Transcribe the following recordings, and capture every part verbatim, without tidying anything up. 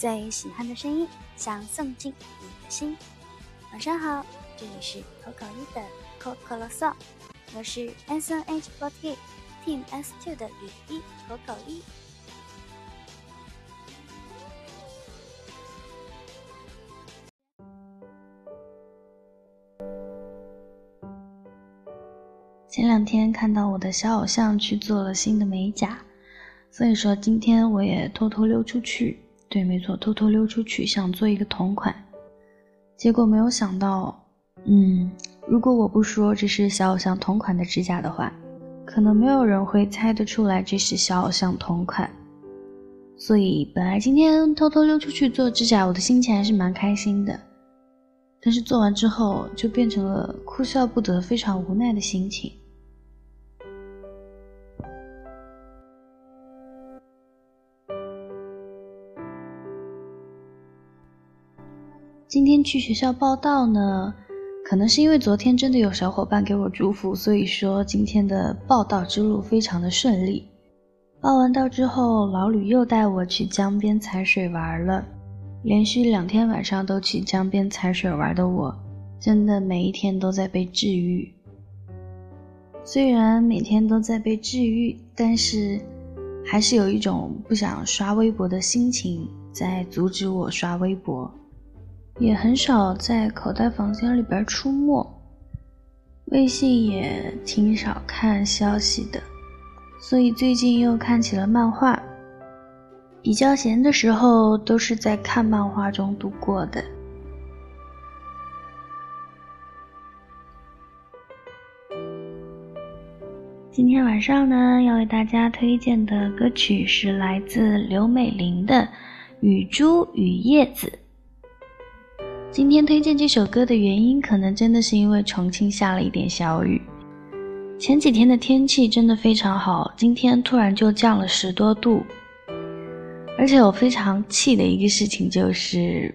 最喜欢的声音，想送进你的心。晚上好，这里是口口一的口口啰嗦，我是 S N H 四十八 Team S 二 的雨一口口一。 前两天看到我的小偶像去做了新的美甲，所以说今天我也偷偷溜出去，对，没错，偷偷溜出去想做一个同款。结果没有想到，嗯，如果我不说这是小偶像同款的指甲的话，可能没有人会猜得出来这是小偶像同款。所以本来今天偷偷溜出去做指甲，我的心情还是蛮开心的，但是做完之后就变成了哭笑不得、非常无奈的心情。今天去学校报到呢，可能是因为昨天真的有小伙伴给我祝福，所以说今天的报到之路非常的顺利。报完到之后，老吕又带我去江边踩水玩了。连续两天晚上都去江边踩水玩的我，真的每一天都在被治愈。虽然每天都在被治愈，但是还是有一种不想刷微博的心情在阻止我刷微博。也很少在口袋房间里边出没，微信也挺少看消息的，所以最近又看起了漫画。比较闲的时候都是在看漫画中度过的。今天晚上呢，要为大家推荐的歌曲是来自刘美玲的《雨珠与叶子》。今天推荐这首歌的原因，可能真的是因为重庆下了一点小雨。前几天的天气真的非常好，今天突然就降了十多度。而且我非常气的一个事情就是，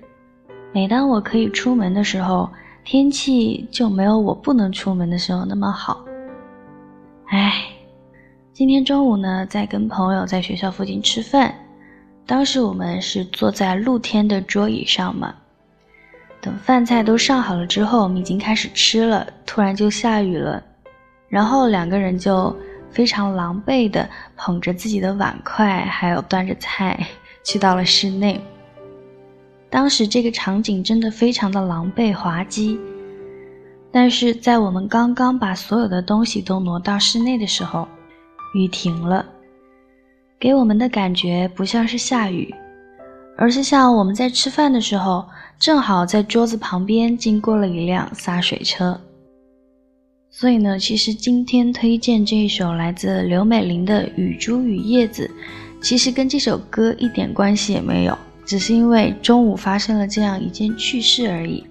每当我可以出门的时候，天气就没有我不能出门的时候那么好。唉，今天中午呢，在跟朋友在学校附近吃饭，当时我们是坐在露天的桌椅上嘛。等饭菜都上好了之后，我们已经开始吃了，突然就下雨了，然后两个人就非常狼狈地捧着自己的碗筷还有端着菜去到了室内。当时这个场景真的非常的狼狈滑稽，但是在我们刚刚把所有的东西都挪到室内的时候，雨停了，给我们的感觉不像是下雨，而是像我们在吃饭的时候，正好在桌子旁边经过了一辆洒水车。所以呢，其实今天推荐这一首来自刘美玲的《雨珠与叶子》，其实跟这首歌一点关系也没有，只是因为中午发生了这样一件趣事而已。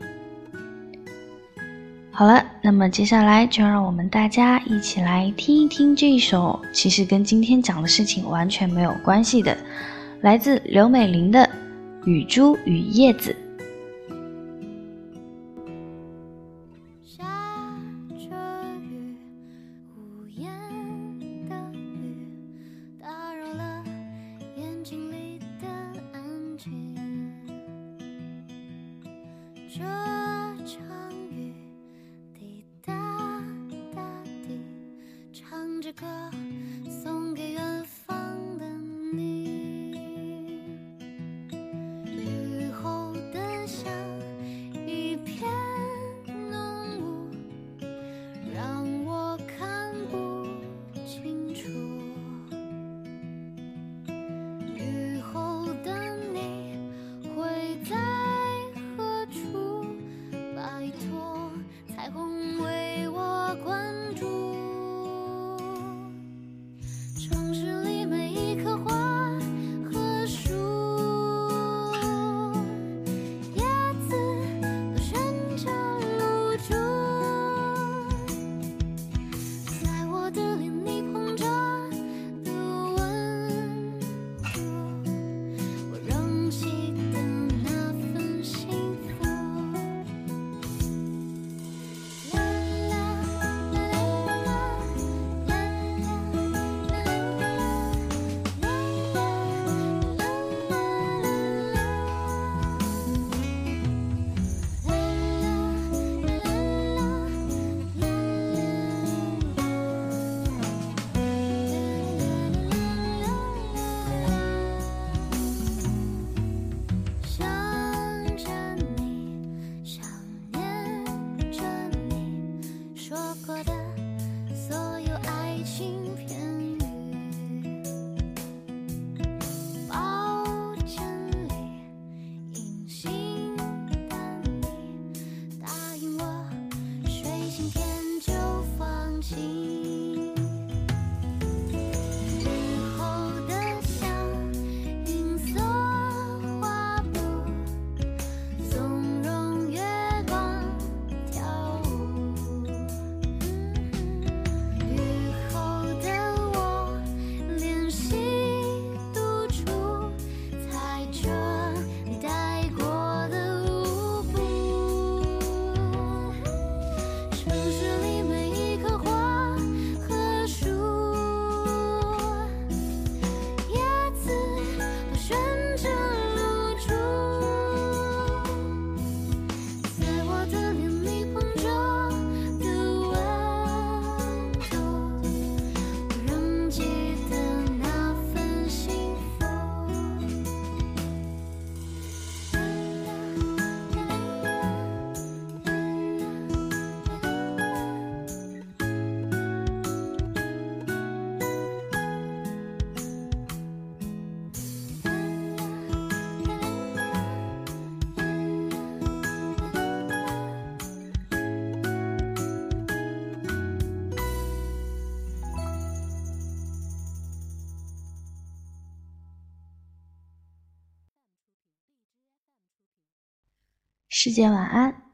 好了，那么接下来就让我们大家一起来听一听这一首其实跟今天讲的事情完全没有关系的，来自刘美玲的《雨珠与叶子》。 这场雨滴答答地唱着歌送给远方的你，雨后的像一片浓雾，让我看不清楚，雨后的你会在拜托彩虹为我关注， 世界晚安。